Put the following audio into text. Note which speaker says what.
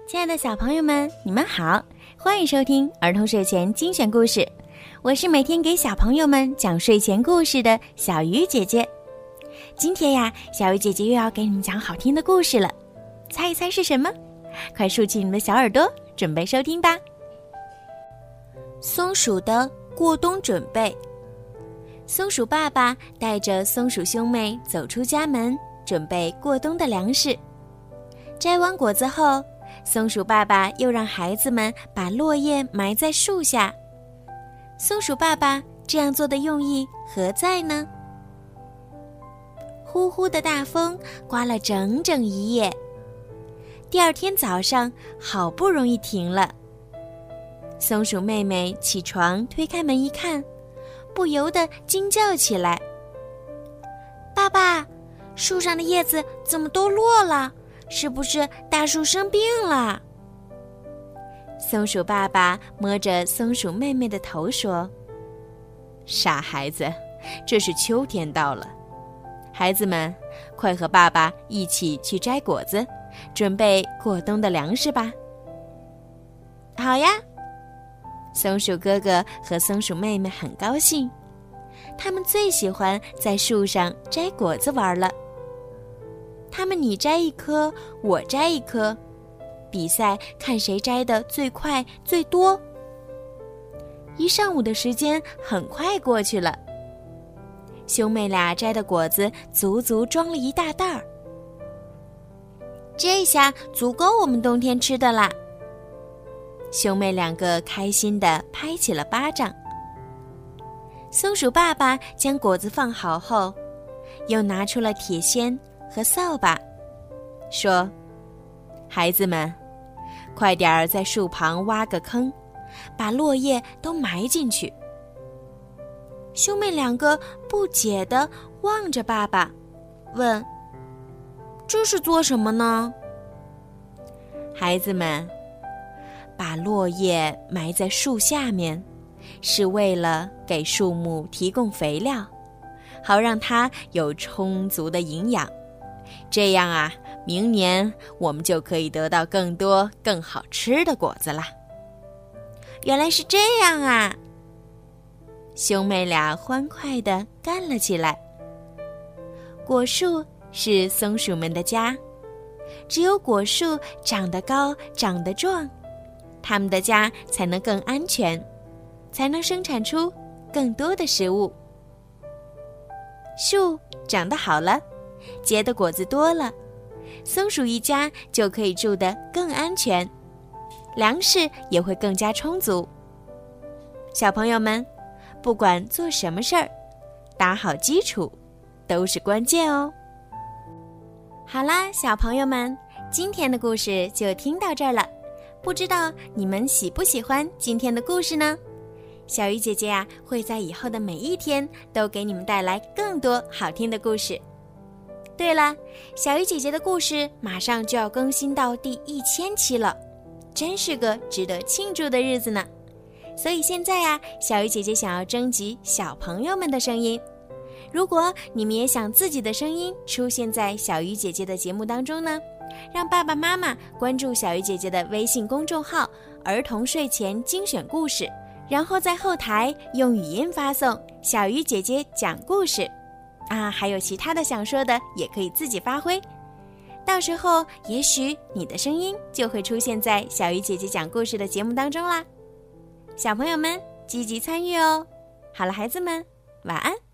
Speaker 1: 亲爱的小朋友们，你们好，欢迎收听儿童睡前精选故事。我是每天给小朋友们讲睡前故事的小鱼姐姐。今天呀，小鱼姐姐又要给你们讲好听的故事了，猜一猜是什么？快竖起你们的小耳朵，准备收听吧。松鼠的过冬准备。松鼠爸爸带着松鼠兄妹走出家门，准备过冬的粮食。摘完果子后，松鼠爸爸又让孩子们把落叶埋在树下。松鼠爸爸这样做的用意何在呢？呼呼的大风刮了整整一夜，第二天早上好不容易停了。松鼠妹妹起床推开门一看，不由得惊叫起来：爸爸，树上的叶子怎么都落了？是不是大树生病了？松鼠爸爸摸着松鼠妹妹的头说：傻孩子，这是秋天到了，孩子们快和爸爸一起去摘果子，准备过冬的粮食吧。好呀，松鼠哥哥和松鼠妹妹很高兴，他们最喜欢在树上摘果子玩了。他们你摘一颗，我摘一颗，比赛看谁摘得最快最多。一上午的时间很快过去了，兄妹俩摘的果子足足装了一大袋儿。这下足够我们冬天吃的啦。兄妹两个开心地拍起了巴掌。松鼠爸爸将果子放好后，又拿出了铁锨和扫把，说：孩子们，快点儿在树旁挖个坑，把落叶都埋进去。兄妹两个不解地望着爸爸，问：这是做什么呢？孩子们，把落叶埋在树下面，是为了给树木提供肥料，好让它有充足的营养。这样啊，明年我们就可以得到更多更好吃的果子啦。原来是这样啊！兄妹俩欢快地干了起来。果树是松鼠们的家，只有果树长得高长得壮，它们的家才能更安全，才能生产出更多的食物。树长得好了，结的果子多了，松鼠一家就可以住得更安全，粮食也会更加充足。小朋友们，不管做什么事儿，打好基础都是关键哦。好啦，小朋友们，今天的故事就听到这儿了。不知道你们喜不喜欢今天的故事呢？小鱼姐姐啊，会在以后的每一天都给你们带来更多好听的故事。对了，小鱼姐姐的故事马上就要更新到第1000期了，真是个值得庆祝的日子呢。所以现在啊，小鱼姐姐想要征集小朋友们的声音。如果你们也想自己的声音出现在小鱼姐姐的节目当中呢，让爸爸妈妈关注小鱼姐姐的微信公众号儿童睡前精选故事，然后在后台用语音发送小鱼姐姐讲故事啊，还有其他的想说的也可以自己发挥，到时候也许你的声音就会出现在小鱼姐姐讲故事的节目当中啦。小朋友们积极参与哦。好了，孩子们，晚安。